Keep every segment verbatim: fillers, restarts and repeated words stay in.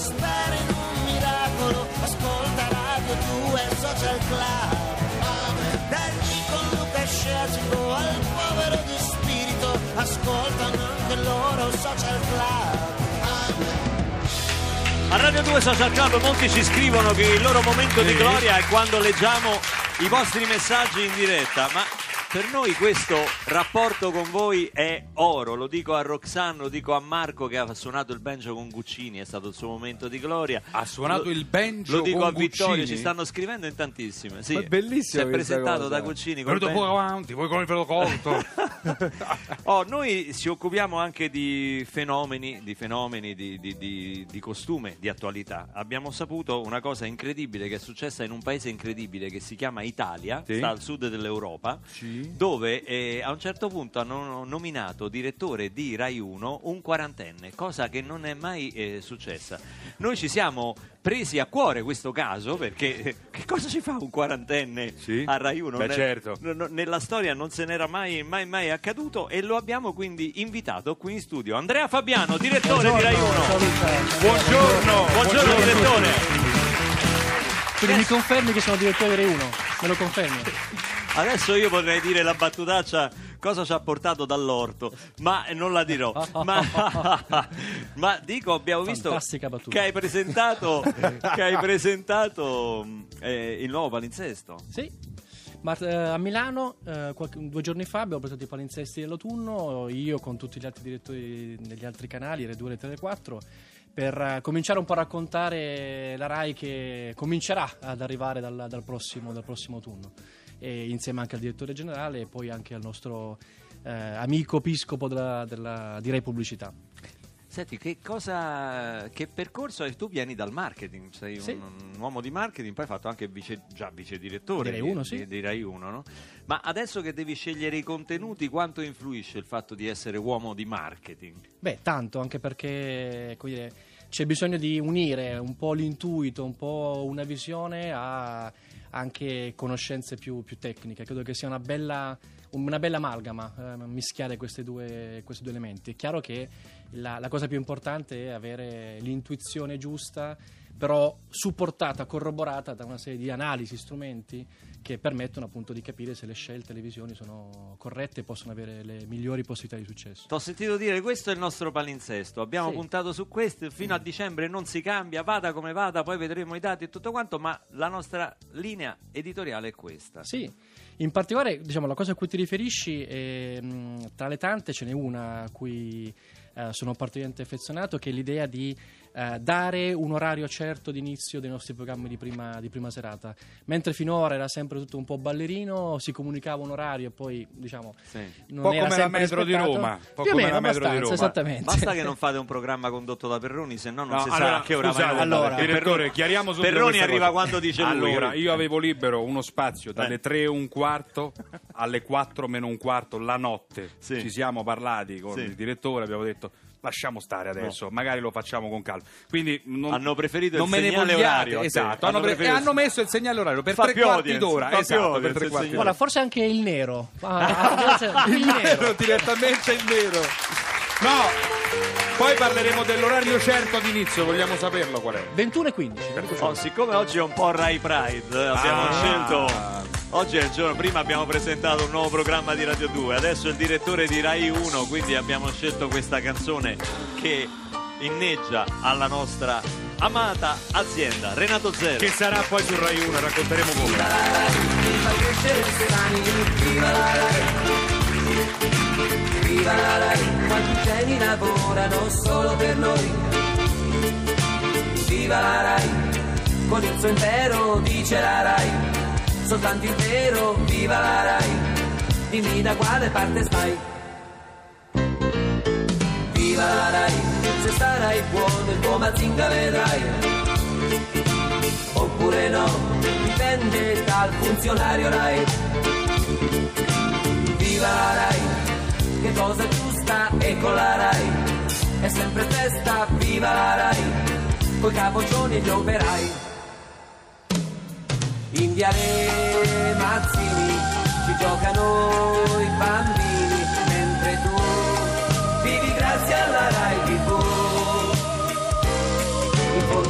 spera in un miracolo, ascolta Radio due Social Club. Dagli con Luca Sciacico al povero di spirito, ascoltano anche loro Social Club. A Radio due Social Club molti ci scrivono che il loro momento di gloria è quando leggiamo i vostri messaggi in diretta, ma per noi questo rapporto con voi è oro, lo dico a Roxanne, lo dico a Marco che ha suonato il banjo con Guccini, è stato il suo momento di gloria. Ha suonato lo, il banjo Lo dico con a Vittorio, Guccini? Ci stanno scrivendo in tantissime. Sì, ma è bellissimo. si è presentato da Guccini. Venuto pure avanti, poi con il velo corto. Oh, noi ci occupiamo anche di fenomeni, di fenomeni di, di, di, di costume, di attualità. Abbiamo saputo una cosa incredibile che è successa in un paese incredibile che si chiama Italia, sì. Sta al sud dell'Europa, sì. Dove eh, a un certo punto hanno nominato direttore di Rai uno un quarantenne, cosa che non è mai eh, successa. Noi ci siamo presi a cuore questo caso perché eh, che cosa ci fa un quarantenne sì. a Rai uno? Beh, Nel, certo. n- nella storia non se n'era mai, mai, mai accaduto e lo abbiamo quindi invitato qui in studio. Andrea Fabiano, direttore Buongiorno, di Rai uno. Buongiorno. Buongiorno, buongiorno direttore. Quindi mi confermi che sono direttore di Rai uno? Me lo confermi? Adesso io potrei dire la battutaccia cosa ci ha portato dall'orto, ma non la dirò. ma, ma dico, abbiamo visto che hai presentato, che hai presentato eh, il nuovo palinsesto. Sì. Ma, eh, a Milano eh, qualche, due giorni fa abbiamo presentato i palinsesti dell'autunno, io con tutti gli altri direttori degli altri canali, Rai due e Tele quattro, per uh, cominciare un po' a raccontare la Rai che comincerà ad arrivare dal, dal, prossimo, dal prossimo autunno, e insieme anche al direttore generale e poi anche al nostro eh, amico piscopo della, della, di Rai Pubblicità. Senti, che cosa, che percorso hai? Tu vieni dal marketing, sei sì. un, un uomo di marketing, poi hai fatto anche vice, già vice direttore di Rai uno, sì. di, di Rai uno, no? Ma adesso che devi scegliere i contenuti, quanto influisce il fatto di essere uomo di marketing? Beh, tanto, anche perché come dire, c'è bisogno di unire un po' l'intuito, un po' una visione a anche conoscenze più, più tecniche. Credo che sia una bella, una bella amalgama eh, mischiare questi due, questi due elementi. È chiaro che la, la cosa più importante è avere l'intuizione giusta, però supportata, corroborata da una serie di analisi, strumenti che permettono appunto di capire se le scelte, le visioni sono corrette e possono avere le migliori possibilità di successo. T'ho sentito dire questo è il nostro palinsesto, abbiamo sì. puntato su questo, fino a dicembre non si cambia, vada come vada, poi vedremo i dati e tutto quanto, ma la nostra linea editoriale è questa. Sì, in particolare diciamo la cosa a cui ti riferisci è, mh, tra le tante ce n'è una a cui eh, sono particolarmente affezionato, che è l'idea di eh, dare un orario certo di inizio dei nostri programmi di prima, di prima serata, mentre finora era sempre tutto un po' ballerino, si comunicava un orario e poi diciamo sì. non po' era come la metro rispettato. di Roma, po' più o come meno la metro abbastanza, di Roma. esattamente. Basta che non fate un programma condotto da Perroni, se no non no, si allora, sa a che ora scusate, va. allora, direttore, chiariamo subito Perroni arriva cosa. quando dice lui. Allora, io avevo libero uno spazio dalle eh. tre e un quarto alle quattro meno un quarto la notte. Sì. Ci siamo parlati con sì. il direttore, abbiamo detto lasciamo stare adesso, no. magari lo facciamo con calma. Quindi non, hanno preferito non il me segnale ne vogliate, orario. Esatto, hanno hanno, pre- preferito... e hanno messo il segnale orario per fa tre quarti audience, d'ora. Esatto, per tre quarti d'ora. Guarda, forse anche il nero. Ah, il, il nero. nero, direttamente il nero. No! Poi parleremo dell'orario certo di inizio, vogliamo saperlo qual è? ventuno e quindici. Oh, siccome oggi è un po' Rai Pride, abbiamo ah. scelto... Oggi è il giorno, prima abbiamo presentato un nuovo programma di Radio due, adesso il direttore di Rai uno, quindi abbiamo scelto questa canzone che inneggia alla nostra amata azienda, Renato Zero. Che sarà poi su Rai uno, racconteremo come. Viva la Rai, viva crescere queste mani, viva la Rai. Viva la Rai, quanti geni lavorano solo per noi. Viva la Rai, con il suo impero dice la Rai, soltanto il vero, viva la Rai, dimmi da quale parte stai. Viva la Rai, se starai buono il tuo Mazinga vedrai, oppure no, dipende dal funzionario Rai. Viva la Rai, che cosa giusta e con la Rai è sempre festa, viva la Rai, coi capoccioni e gli operai. In Viale Mazzini ci giocano i bambini, mentre tu vivi grazie alla Rai tivù. In fondo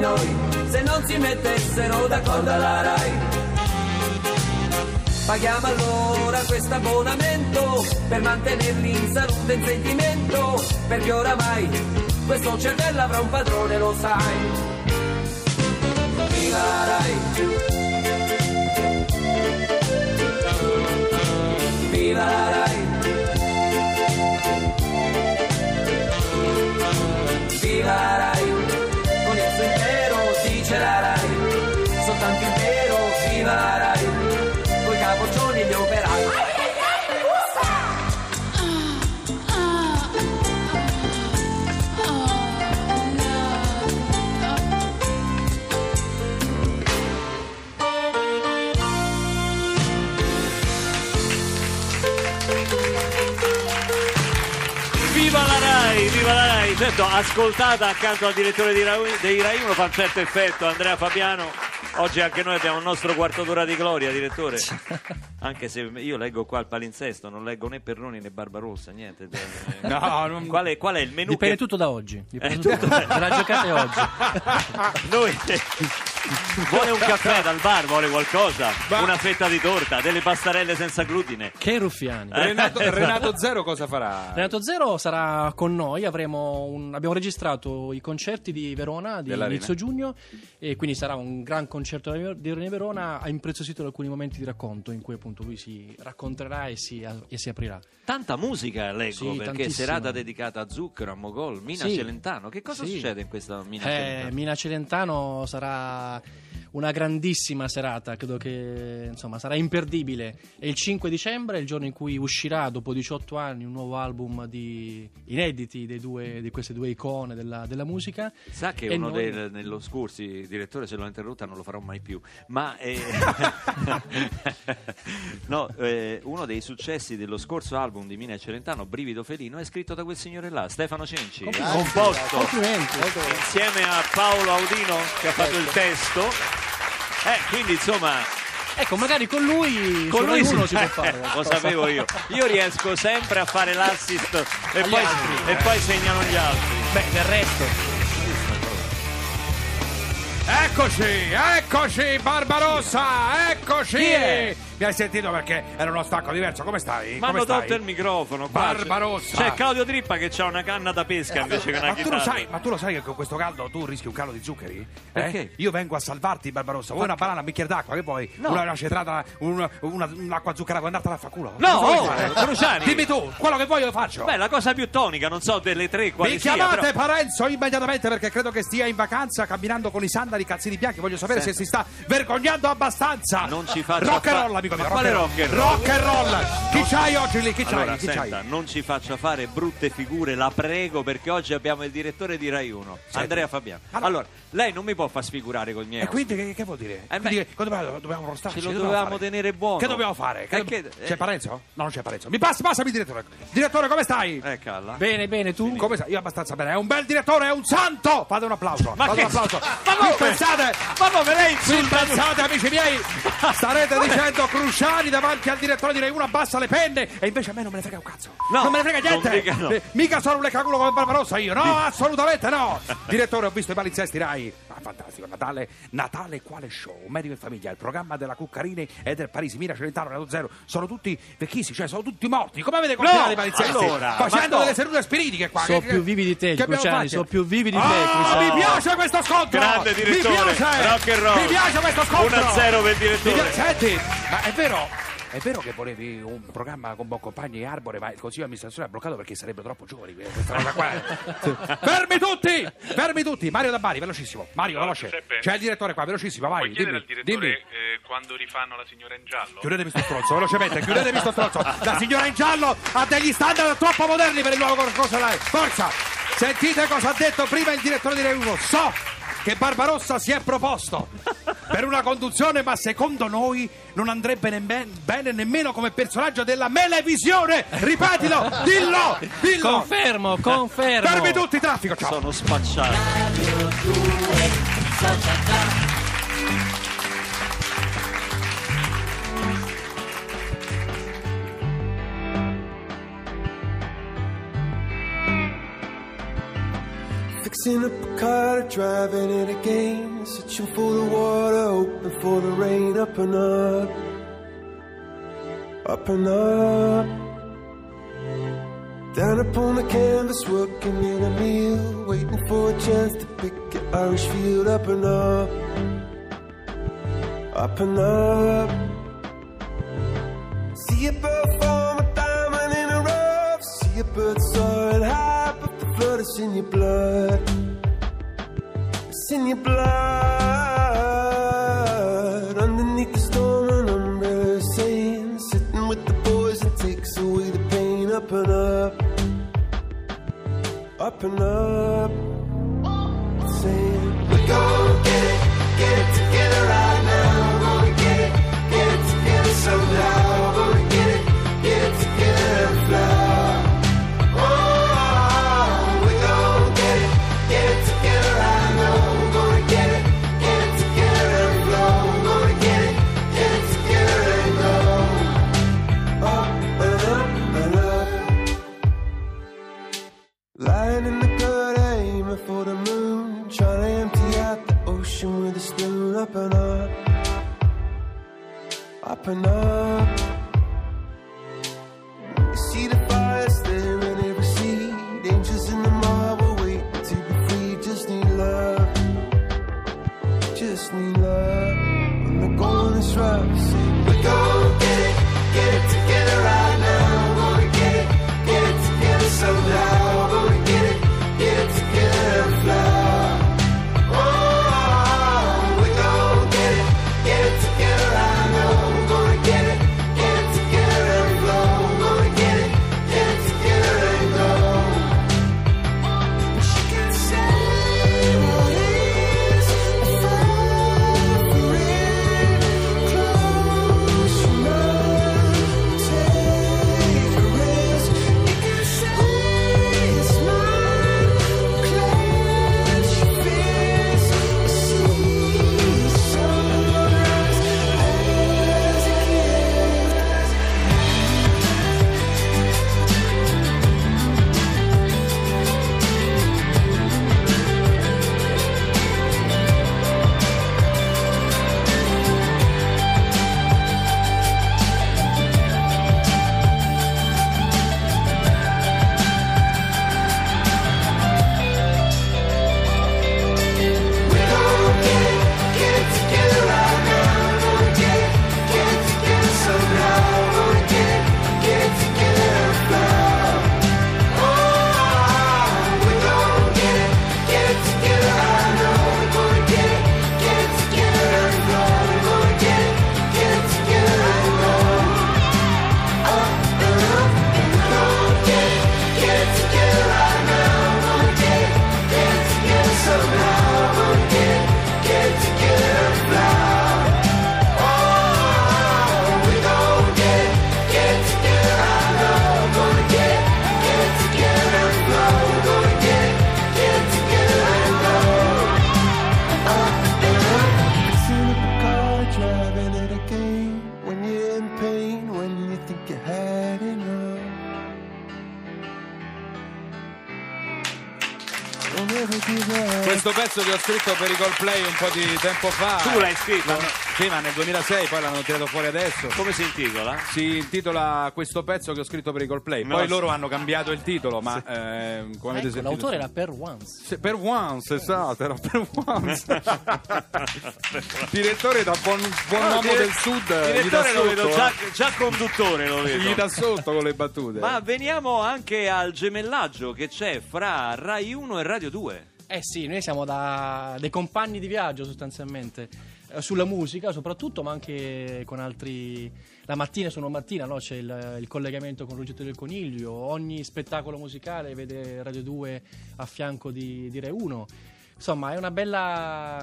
noi se non si mettessero d'accordo alla Rai. Paghiamo allora questo abbonamento per mantenerli in salute e in sentimento, perché oramai questo cervello avrà un padrone, lo sai. Viva la Rai! Viva la Rai! Viva la Rai! Con il suo impero dice la Rai, soltanto impero, viva la Rai! Coi capoccioni e gli operai. Viva la Rai, viva la Rai, certo, ascoltata accanto al direttore di Rai, dei Rai uno fa un certo effetto, Andrea Fabiano. Oggi anche noi abbiamo il nostro quarto d'ora di gloria, direttore. Anche se io leggo qua il palinsesto, non leggo né Perroni né Barbarossa, niente. No, non... qual, è, qual è il menù? Dipende che... tutto da oggi. Dipende Eh, tutto tutto- da la giocata è oggi. Noi vuole un caffè dal bar, vuole qualcosa, Ma- una fetta di torta, delle pastarelle senza glutine. Che ruffiani. Renato, esatto. Renato Zero cosa farà? Renato Zero sarà con noi, avremo un- abbiamo registrato i concerti di Verona di Dell'Arena. inizio giugno e quindi sarà un gran concerto di Arena Verona. Ha impreziosito da alcuni momenti di racconto in cui appunto lui si racconterà e si, e si aprirà. Tanta musica leggo, Sì, perché tantissima. serata dedicata a Zucchero, a Mogol, Mina Sì. Celentano. Che cosa Sì. succede in questa Mina Eh, Celentano? Mina Celentano sarà una grandissima serata, credo che insomma sarà imperdibile. È il cinque dicembre, il giorno in cui uscirà dopo diciotto anni un nuovo album di inediti dei due, di queste due icone della, della musica. Sa che E uno noi- del, nello scorsi, direttore, se l'ho interrotta non lo farò mai più, ma eh, no, eh, uno dei successi dello scorso album di Mina Celentano, Brivido Felino, è scritto da quel signore là, Stefano Cenci, Complimenti. composto Complimenti. insieme a Paolo Audino che ha fatto il testo. Eh, quindi insomma, Ecco, magari con lui con su lui Rai si, uno si può eh, fare. lo qualcosa. sapevo io. Io riesco sempre a fare l'assist e, Agli poi, altri. e poi segnano gli altri. Beh, del resto. Eccoci, eccoci Barbarossa, eccoci! Chi è? Mi hai sentito perché era uno stacco diverso, come stai? Mi Come hanno stai? tolto il microfono qua. Barbarossa. C'è Claudio Trippa che ha una canna da pesca invece che una ma tu, chitarra. lo sai, ma tu lo sai che con questo caldo tu rischi un calo di zuccheri? Eh? Perché? Io vengo a salvarti, Barbarossa. Vuoi una banana, un bicchiere d'acqua? Che vuoi? No. Una, una cetrata, un- una- un'acqua zuccherata, vuoi andartela a fa culo? No, Cosa vuoi oh, fare? Cruciani. Dimmi tu, quello che voglio lo faccio. Beh, la cosa più tonica, non so delle tre quali Mi sia, chiamate però... Parenzo immediatamente perché credo che stia in vacanza camminando con i sandali calzini bianchi. Voglio sapere Senta. se si sta vergognando abbastanza. Non ci faccia rock and fa- roll, amico Ma mio. quale rock and roll? Rock and roll. Chi c'hai oggi lì? Chi c'hai? Allora, Chi senta, c'hai? non ci faccia fare brutte figure, la prego, perché oggi abbiamo il direttore di Rai uno, Andrea Fabiano. Allora- Allora, lei non mi può far sfigurare con i miei E ospiti. quindi che, che vuol dire? Eh, Quindi beh, che- dobbiamo, dobbiamo rostarci? ce lo che dovevamo fare? tenere buono. Che dobbiamo fare? Che Eh, dobb- che- C'è eh. Parenzo? No, non c'è Parenzo. Mi passi, passami il direttore. Direttore, come stai? Eh, calla. Bene, bene, tu? Come stai? Io abbastanza bene. È un bel direttore, è un santo! Fate un applauso. Ma Fate che- un applauso. Ma Qui come? pensate? Ma come lei Qui insulta? pensate, amici miei, starete dicendo Cruciani davanti al direttore di Rai uno abbassa le penne e invece a me non me ne frega un cazzo. No, non me ne frega non niente. dica no. Eh, Mica sono un leccaculo come Barbarossa io. No, assolutamente no. Direttore, ho visto i palinsesti Rai. Ah, fantastico. Natale, Natale quale show? Un medico in famiglia, il programma della Cuccarini e del Parisi, Mina Celentano, Renato Zero. Sono tutti vecchissimi, cioè sono tutti morti. Come avete continuato i palinsesti? allora, Facendo ma no. delle sedute spiritiche qua. Sono Che- più vivi di te, che abbiamo Cruciani, fatto? sono più vivi di te, Ah, Cruciani. mi piace questo scontro! Grande direttore, Mi piace! rock and roll. Mi piace questo scontro! uno a zero per il Mi direttore. piace- Senti, ma è vero... È vero che volevi un programma con Boncompagni e Arbore, ma il consiglio di amministrazione ha bloccato perché sarebbero troppo giovani. Questa cosa qua. Fermi tutti! Fermi tutti! Mario da Bari, velocissimo. Mario, veloce. Giuseppe. C'è il direttore qua, velocissimo, vai. Puoi chiedere Dimmi, al direttore dimmi. eh, quando rifanno la signora in giallo? Chiudetemi sto stronzo, velocemente, chiudetemi sto stronzo. La signora in giallo ha degli standard troppo moderni per il nuovo corso Rai. Forza! Sentite cosa ha detto prima il direttore di Rai uno. So che Barbarossa si è proposto per una conduzione, ma secondo noi non andrebbe nemmen- bene nemmeno come personaggio della Melevisione. Ripetilo, dillo, dillo. Confermo, confermo. Fermi tutti, traffico, ciao. Sono spacciato. Fixing up a car, driving it again, searching for the water, hoping for the rain. Up and up, up and up. Down upon the canvas, working in a meal, waiting for a chance to pick an Irish field. Up and up, up and up. See a bird form a diamond in a rough. See a bird soaring high, but the flood is in your blood. It's in your blood. Underneath the storm, an umbrella is saying, sitting with the boys, it takes away the pain. Up and up, up and up. It's saying, we're gonna get it, get it together right now. We're gonna get it, get it together somehow. We're gonna get it, get it together and fly. Oh, we're gonna get it, get it together right now. We're gonna get it, get it together and flow. We're gonna get it, get it together and go. Up and up and up. Lying in the gutter, aiming for the moon, trying to empty out the ocean with a spoon. Up and up, up and up. You see the fires there in every seed, angels in the marble waiting to be free. Just need love, just need love. When the going is rough, say we're gonna get it, get it together right now. We're gonna get it, get it together somehow. We're gonna get it, get it together and fly. Oh, we're gonna get it, get it together right now. We're gonna get it, get it together and flow. We're gonna get it, get it together and go. She can say what is a fire for it. Close your eyes, take a risk. You can say it's mine. Clench your fists, see the sunrise as a gift. We're gonna get it, get it together right now. We're gonna get it, get it together somehow. We're gonna get it, get it together and fly. Oh, we're gonna get it, get it together right now. We're gonna get it, get it together and fly. We're gonna get it, get it together and go. Up and up, and we're gonna get it, get it together right now. We're gonna get it, get it together somehow. We're gonna get it, get it together and fly. Oh, we're gonna get it, get it together right now. We're gonna get it, get it together and flow. We're gonna get it, get it together and go. Up and up. Fixing up a car, driving it again. When you're in pain, when you think you had enough. Don't ever give up. Questo pezzo che ho scritto per i Coldplay un po' di tempo fa. Tu l'hai scritto? L'hanno- Sì, ma nel duemilasei, poi l'hanno tirato fuori adesso. Come si intitola? Si intitola Questo pezzo che ho scritto per i Coldplay. No, Poi sì. loro hanno cambiato il titolo, ma ehm, come avete Ecco, sentito? l'autore era Per Once. Sì, per once, esatto, era per once. Direttore da buon, buon No, uomo dire- del sud, gli dà Direttore lo vedo sotto, già, eh. già conduttore, lo vedo. Gli dà sotto con le battute. Ma veniamo anche al gemellaggio che c'è fra Rai uno e Radio due. Eh sì, noi siamo da, dei compagni di viaggio sostanzialmente, eh, sulla musica soprattutto, ma anche con altri. La mattina sono mattina, no? C'è il, il collegamento con Ruggetto del Coniglio, ogni spettacolo musicale vede Radio due a fianco di, di Rai uno. Insomma, è una bella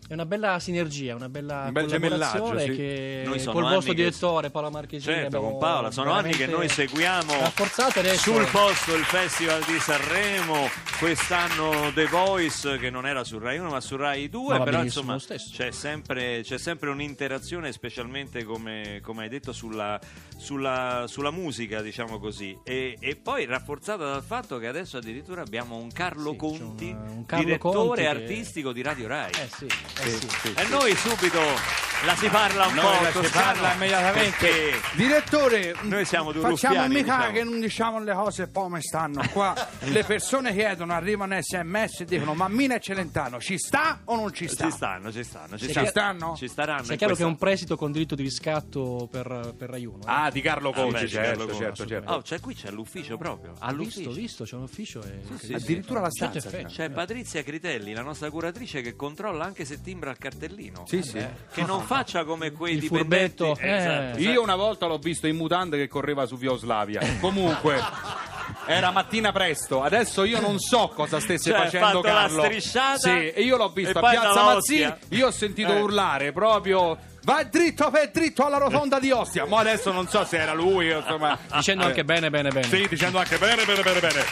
È una bella sinergia, una bella Un bel collaborazione gemellaggio, sì. che Noi sono col vostro anni che- direttore Paolo Marchesini Certo, abbiamo con Paola, sono anni che veramente noi seguiamo rafforzato adesso. sul posto il Festival di Sanremo, quest'anno The Voice che non era su Rai uno ma su Rai due, No, va però benissimo insomma lo stesso. c'è sempre, c'è sempre un'interazione, specialmente come, come hai detto sulla, sulla, sulla musica, diciamo così, e, e poi rafforzata dal fatto che adesso addirittura abbiamo un Carlo Sì, Conti, c'è un- un Carlo direttore Conti che- artistico di Radio Rai. Eh sì, eh sì. E noi subito la si parla un Noi po' la si toscano, parla immediatamente. perché Direttore, noi siamo due facciamo ruffiani, mica diciamo. che non diciamo le cose come stanno qua. Le persone chiedono, arrivano sms e dicono: ma Mina e Celentano ci sta o non ci sta? Ci stanno, ci stanno, ci, Ci stanno. stanno? Ci staranno. Sia in chiaro che è questa- un prestito con diritto di riscatto per, per Rai uno. eh. Ah, di Carlo Ah, Conti, beh, certo, Carlo Conti, certo, certo. Oh, cioè qui c'è l'ufficio proprio. Ha visto, visto, c'è un ufficio e sì, Addirittura la Certo stanza. effetto. C'è Patrizia Critelli, la nostra curatrice, che controlla anche se timbra il cartellino. Sì, sì. Che non faccia come quei Il dipendenti. furbetto, eh. Esatto. Io una volta l'ho visto in mutande che correva su Vioslavia. Comunque, era mattina presto. Adesso io non so cosa stesse Cioè, ha facendo fatto la Carlo. strisciata Sì, e io l'ho visto e a poi Piazza dalla Mazzini. Ostia. Io ho sentito Eh. urlare proprio: vai dritto per dritto alla rotonda di Ostia. Ma adesso non so se era lui, insomma. dicendo anche bene, bene, bene. Sì, dicendo anche bene, bene, bene, bene.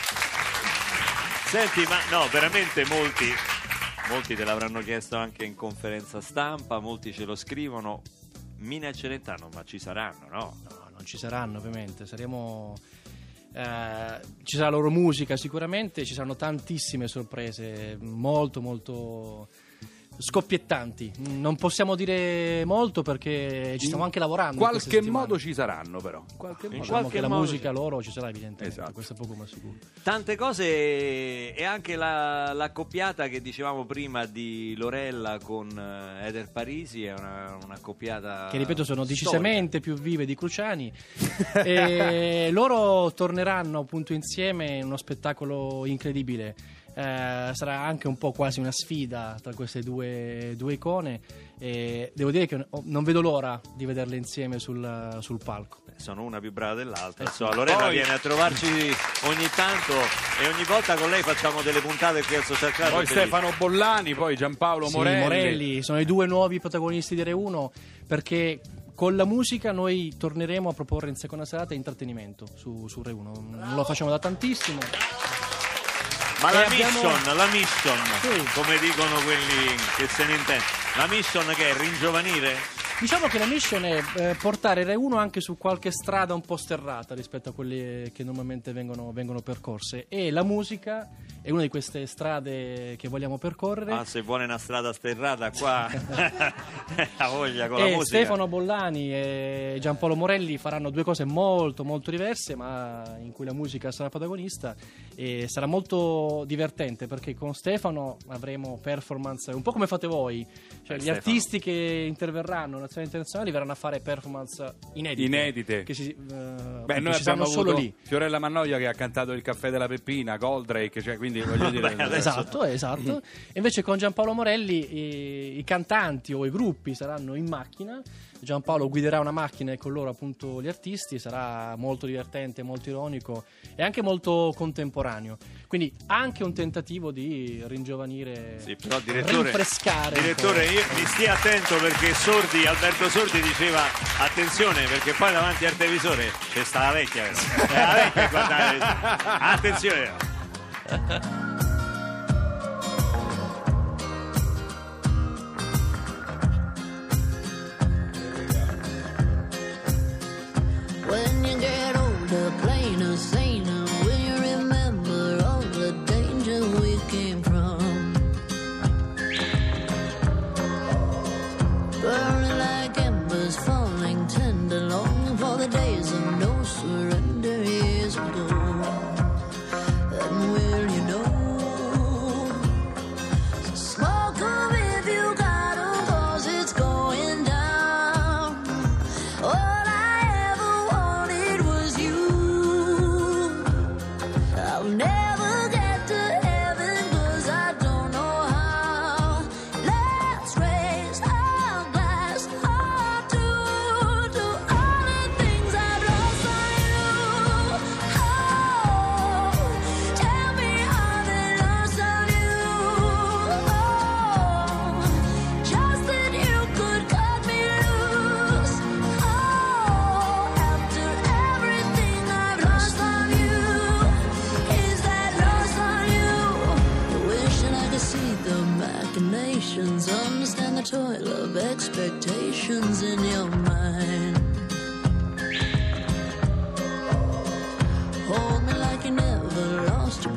Senti, ma no, veramente molti, molti te l'avranno chiesto anche in conferenza stampa, molti ce lo scrivono. Mina e Celentano, ma ci saranno, no? No, non ci saranno ovviamente, saremo... eh, ci sarà la loro musica sicuramente, ci saranno tantissime sorprese, molto molto scoppiettanti. Non possiamo dire molto perché ci stiamo anche lavorando. In in queste qualche settimane. modo ci saranno, però. In qualche In modo. Diciamo qualche che la modo musica sì. loro ci sarà evidentemente, Esatto. questo è poco ma sicuro. Tante cose e anche la, l'accoppiata che dicevamo prima di Lorella con eh, Eder Parisi è una, un'accoppiata Che ripeto sono storica. decisamente più vive di Cruciani e loro torneranno appunto insieme in uno spettacolo incredibile. Eh, sarà anche un po' quasi una sfida tra queste due, due icone e devo dire che non vedo l'ora di vederle insieme sul, sul palco. Sono una più brava dell'altra. Eh Insomma, sì. Lorella Poi- viene a trovarci ogni tanto e ogni volta con lei facciamo delle puntate qui al Social Club. Poi bellissime. Stefano Bollani, poi Giampaolo Sì, Morelli. Morelli sono i due nuovi protagonisti di Rai uno perché con la musica noi torneremo a proporre in seconda serata intrattenimento su, su Rai uno. Non lo facciamo da tantissimo. Ma E la abbiamo- mission, la mission, Sì. come dicono quelli che se ne intendono. La mission che è ringiovanire? Diciamo che la mission è eh, portare Rai uno anche su qualche strada un po' sterrata rispetto a quelle che normalmente vengono, vengono percorse e la musica è una di queste strade che vogliamo percorrere. Ah, se vuole una strada sterrata qua ha voglia con la E musica. Stefano Bollani e Giampaolo Morelli faranno due cose molto molto diverse ma in cui la musica sarà protagonista e sarà molto divertente perché con Stefano avremo performance un po' come fate voi, cioè Eh, gli Stefano. artisti che interverranno nazionali e internazionali verranno a fare performance inedite, Inedite. che si, eh, Beh, appunto, noi ci abbiamo saranno solo avuto lì. Fiorella Mannoia che ha cantato il caffè della Peppina, Goldrake, cioè quindi voglio dire. Beh, adesso- Esatto, esatto. E invece con Giampaolo Morelli i, i cantanti o i gruppi saranno in macchina. Giampaolo guiderà una macchina e con loro appunto gli artisti, sarà molto divertente, molto ironico e anche molto contemporaneo. Quindi anche un tentativo di ringiovanire, Sì, però direttore, rinfrescare. un direttore po'. io mi stia attento perché Sordi, Alberto Sordi diceva attenzione perché poi davanti al televisore c'è sta la vecchia, vero? È la vecchia a guardare. Attenzione. When you get older, plainer, saner, will you remember all the danger we came from? Burning like embers, falling tender, longing for the days of no surrender years ago. And will you know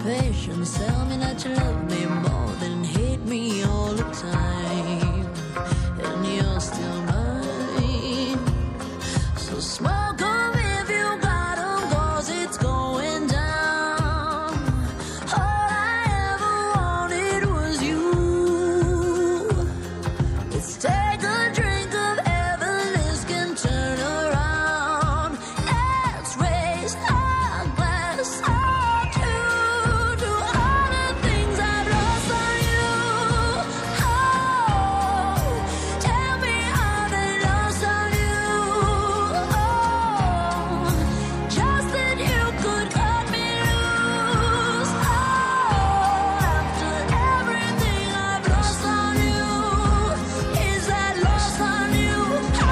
patience. Tell me that you love me more than hate me all the time. And you're still mine. So smoke 'em if you got 'em, 'cause it's going down. All I ever wanted was you. Let's take a drink of heaven, this can turn around. Let's raise our glass or two to all the things I've lost on you. Oh, tell me how they lost on you. Oh, just that you could cut me loose. Oh, after everything I've lost on you, is that lost on you? Oh,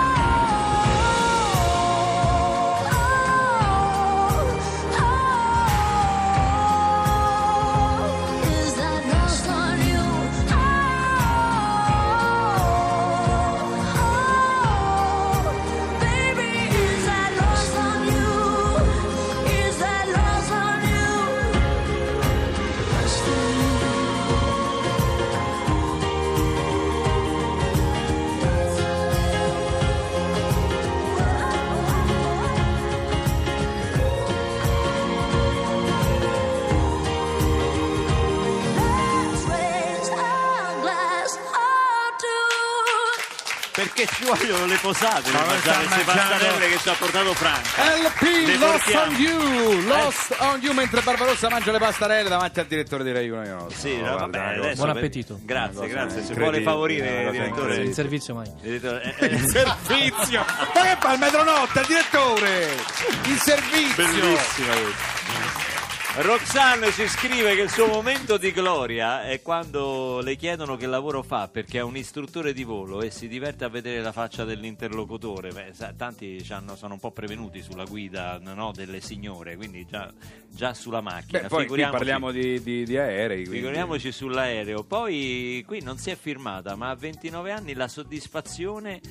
oh, is that lost on you? Oh, baby, is that lost on you? Is that lost on you? Lost on Let's raise our glass or two. Perché ci vogliono le posate per Ma noi mangiare stiamo queste mangiando- pastarelle che ci ha portato Franca. L P Le Lost portiamo. on You, Lost on You, mentre Barbarossa mangia le pastarelle davanti al direttore di Rai uno. Io non lo so, Sì, no, guarda, vabbè, una cosa- adesso Buon per- appetito. Grazie, Una cosa grazie. Se incredibile, vuole favorire, una cosa direttore. incredibile. In servizio mai. Direttore, eh, eh, Il servizio! Ma che fa il metronotte, il direttore? Il servizio! Bellissimo. Roxanne ci scrive che il suo momento di gloria è quando le chiedono che lavoro fa, perché è un istruttore di volo e si diverte a vedere la faccia dell'interlocutore. Beh, sa- tanti c'hanno- sono un po' prevenuti sulla guida, no, delle signore, quindi già, già sulla macchina. Beh, poi qui Figuriamoci- parliamo di, di- di aerei. quindi- Figuriamoci sull'aereo. Poi qui non si è firmata, ma a ventinove anni la soddisfazione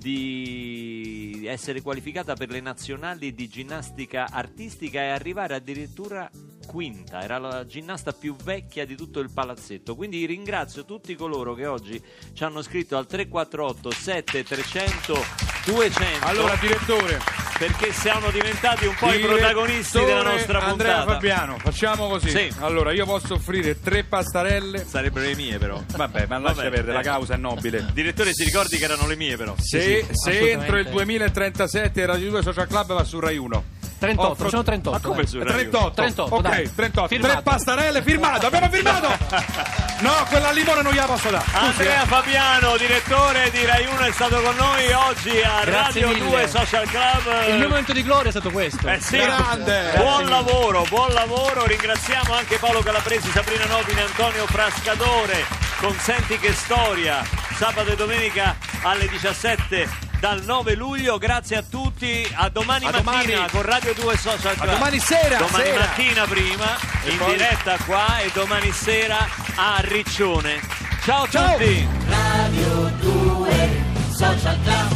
di essere qualificata per le nazionali di ginnastica artistica e arrivare addirittura quinta. Era la ginnasta più vecchia di tutto il palazzetto. Quindi ringrazio tutti coloro che oggi ci hanno scritto al tre quattro otto sette trecento duecento. Allora, direttore, perché siamo diventati un po' i direttore protagonisti della nostra Andrea puntata. Fabiano, facciamo così. Sì. Allora, io posso offrire tre pastarelle. Sarebbero le mie, però. Vabbè, ma lascia Vabbè, perdere, la eh. causa è nobile. Direttore, si ricordi che erano le mie, però. Se, sì, se assolutamente. entro il duemilatrentasette Radio due Social Club va su Rai uno. trentotto, Offro- sono trentotto. Ma come dai. su Rai uno? trentotto. trentotto, ok, dai. trentotto. Firmato. Tre pastarelle, firmato. Abbiamo firmato. No, quella al limone non gliela posso dare. Scusi, Andrea eh. Fabiano, direttore di Rai uno, è stato con noi oggi a Grazie Radio mille. due Social Club. Il mio momento di gloria è stato questo. Eh sì. Grande. Buon lavoro, buon lavoro. Ringraziamo anche Paolo Calabresi, Sabrina Nobile, Antonio Frascatore con Senti che Storia, sabato e domenica alle diciassette dal nove luglio. Grazie a tutti, a domani A mattina domani. con Radio due Social Club. A domani sera, Domani sera. mattina prima, E in poi- diretta qua, e domani sera a Riccione. Ciao a Ciao. tutti! Radio due Social Club.